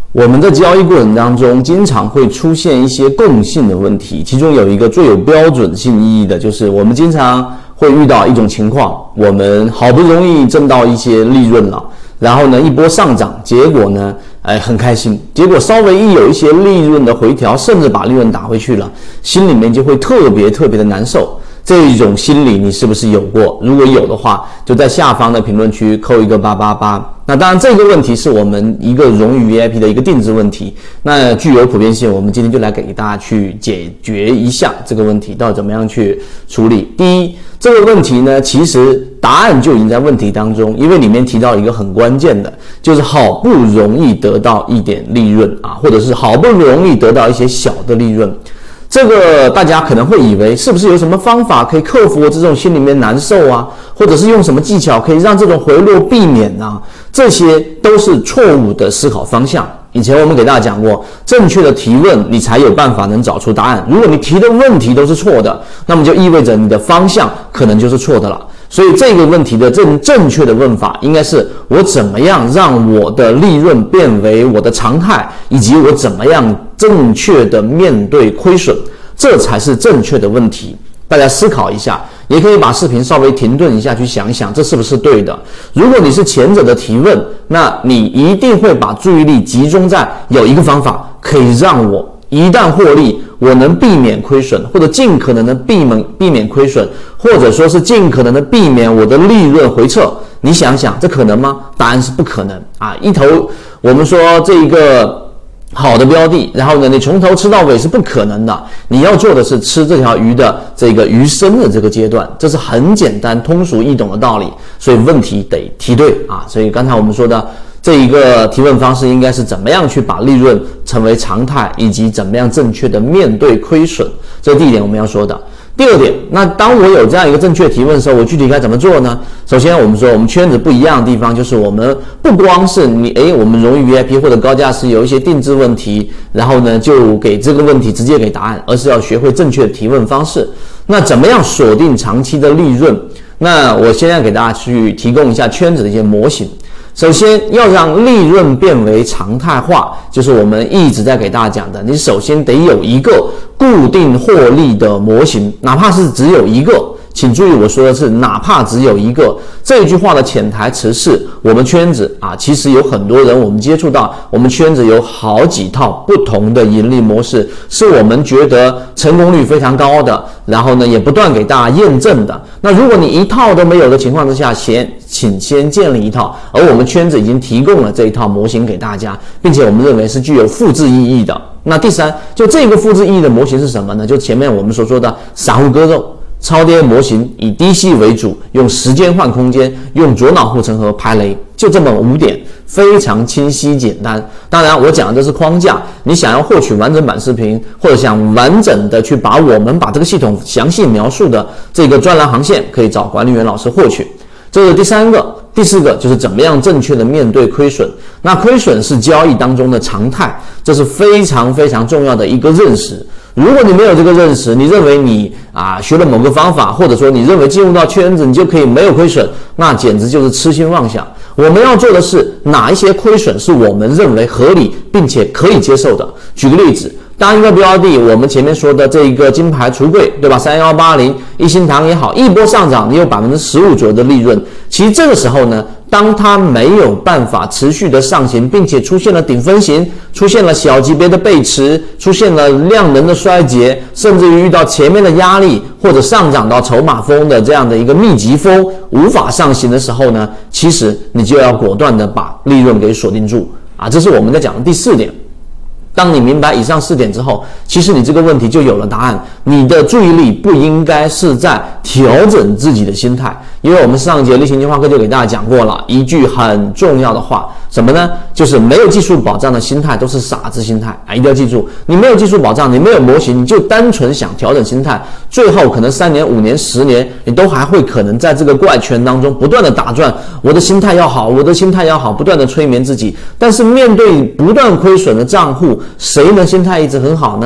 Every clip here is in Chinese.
我们在交易过程当中，经常会出现一些共性的问题，其中有一个最有标准性意义的，就是我们经常会遇到一种情况，我们好不容易挣到一些利润了，然后呢一波上涨，结果呢很开心，结果稍微一有一些利润的回调，甚至把利润打回去了，心里面就会特别的难受。这一种心理你是不是有过？如果有的话，就在下方的评论区扣一个888。那当然这个问题是我们一个荣誉 VIP 的一个定制问题，那具有普遍性，我们今天就来给大家去解决一下这个问题到底怎么样去处理。第一，这个问题呢，其实答案就已经在问题当中，因为里面提到一个很关键的，就是好不容易得到一点利润啊，或者是好不容易得到一些小的利润。这个大家可能会以为是不是有什么方法可以克服这种心里面难受啊，或者是用什么技巧可以让这种回落避免啊，这些都是错误的思考方向。以前我们给大家讲过，正确的提问你才有办法能找出答案，如果你提的问题都是错的，那么就意味着你的方向可能就是错的了。所以这个问题的正确的问法应该是，我怎么样让我的利润变为我的常态，以及我怎么样正确的面对亏损，这才是正确的问题。大家思考一下，也可以把视频稍微停顿一下，去想一想这是不是对的。如果你是前者的提问，那你一定会把注意力集中在有一个方法可以让我一旦获利，我能避免亏损，或者尽可能的避免亏损，或者说是尽可能的避免我的利润回撤。你想想，这可能吗？答案是不可能啊！我们说这一个好的标的，然后呢，你从头吃到尾是不可能的。你要做的是吃这条鱼的这个鱼身的这个阶段，这是很简单、通俗易懂的道理。所以问题得提对啊！所以刚才我们说的这一个提问方式应该是怎么样去把利润成为常态，以及怎么样正确的面对亏损，这是第一点我们要说的。第二点，那当我有这样一个正确提问的时候，我具体该怎么做呢？首先我们说我们圈子不一样的地方，就是我们不光是我们荣誉 VIP 或者高价值有一些定制问题，然后呢就给这个问题直接给答案，而是要学会正确的提问方式。那怎么样锁定长期的利润？那我现在给大家去提供一下圈子的一些模型。首先要让利润变为常态化，就是我们一直在给大家讲的，你首先得有一个固定获利的模型，哪怕是只有一个，请注意我说的是哪怕只有一个。这一句话的潜台词是我们圈子啊，其实有很多人我们接触到，我们圈子有好几套不同的盈利模式，是我们觉得成功率非常高的，然后呢也不断给大家验证的。那如果你一套都没有的情况之下，请先建立一套，而我们圈子已经提供了这一套模型给大家，并且我们认为是具有复制意义的。那第三，就这个复制意义的模型是什么呢？就前面我们所说的散户割肉超跌模型，以低吸为主，用时间换空间，用左脑护城河排雷，就这么5点，非常清晰简单。当然我讲的这是框架，你想要获取完整版视频，或者想完整的去把我们把这个系统详细描述的这个专栏航线，可以找管理员老师获取。这是第三个。第四个就是怎么样正确的面对亏损。那亏损是交易当中的常态，这是非常重要的一个认识。如果你没有这个认识，你认为你学了某个方法，或者说你认为进入到圈子你就可以没有亏损，那简直就是痴心妄想。我们要做的是哪一些亏损是我们认为合理并且可以接受的。举个例子，当一个标的，我们前面说的这一个金牌橱柜，对吧？3180一心堂也好，一波上涨你有15%左右的利润。其实这个时候呢，当它没有办法持续的上行，并且出现了顶分型，出现了小级别的背驰，出现了量能的衰竭，甚至于遇到前面的压力，或者上涨到筹码峰的这样的一个密集峰无法上行的时候呢，其实你就要果断的把利润给锁定住这是我们在讲的第4点。当你明白以上4点之后，其实你这个问题就有了答案。你的注意力不应该是在调整自己的心态，因为我们上一节例行计划课就给大家讲过了一句很重要的话，什么呢？就是没有技术保障的心态都是傻子心态一定要记住，你没有技术保障，你没有模型，你就单纯想调整心态，最后可能3年、5年、10年，你都还会可能在这个怪圈当中不断的打转。我的心态要好，我的心态要好，不断的催眠自己。但是面对不断亏损的账户，谁能心态一直很好呢？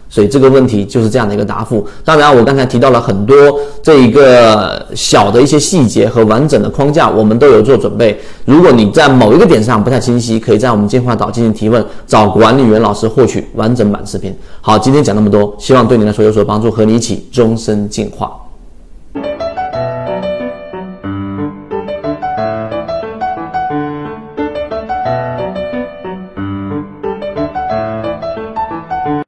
所以这个问题就是这样的一个答复。当然我刚才提到了很多这一个小的一些细节和完整的框架，我们都有做准备。如果你在某一个点上不太清晰，可以在我们进化岛进行提问，找管理员老师获取完整版视频。好，今天讲那么多，希望对你来说有所帮助，和你一起终身进化。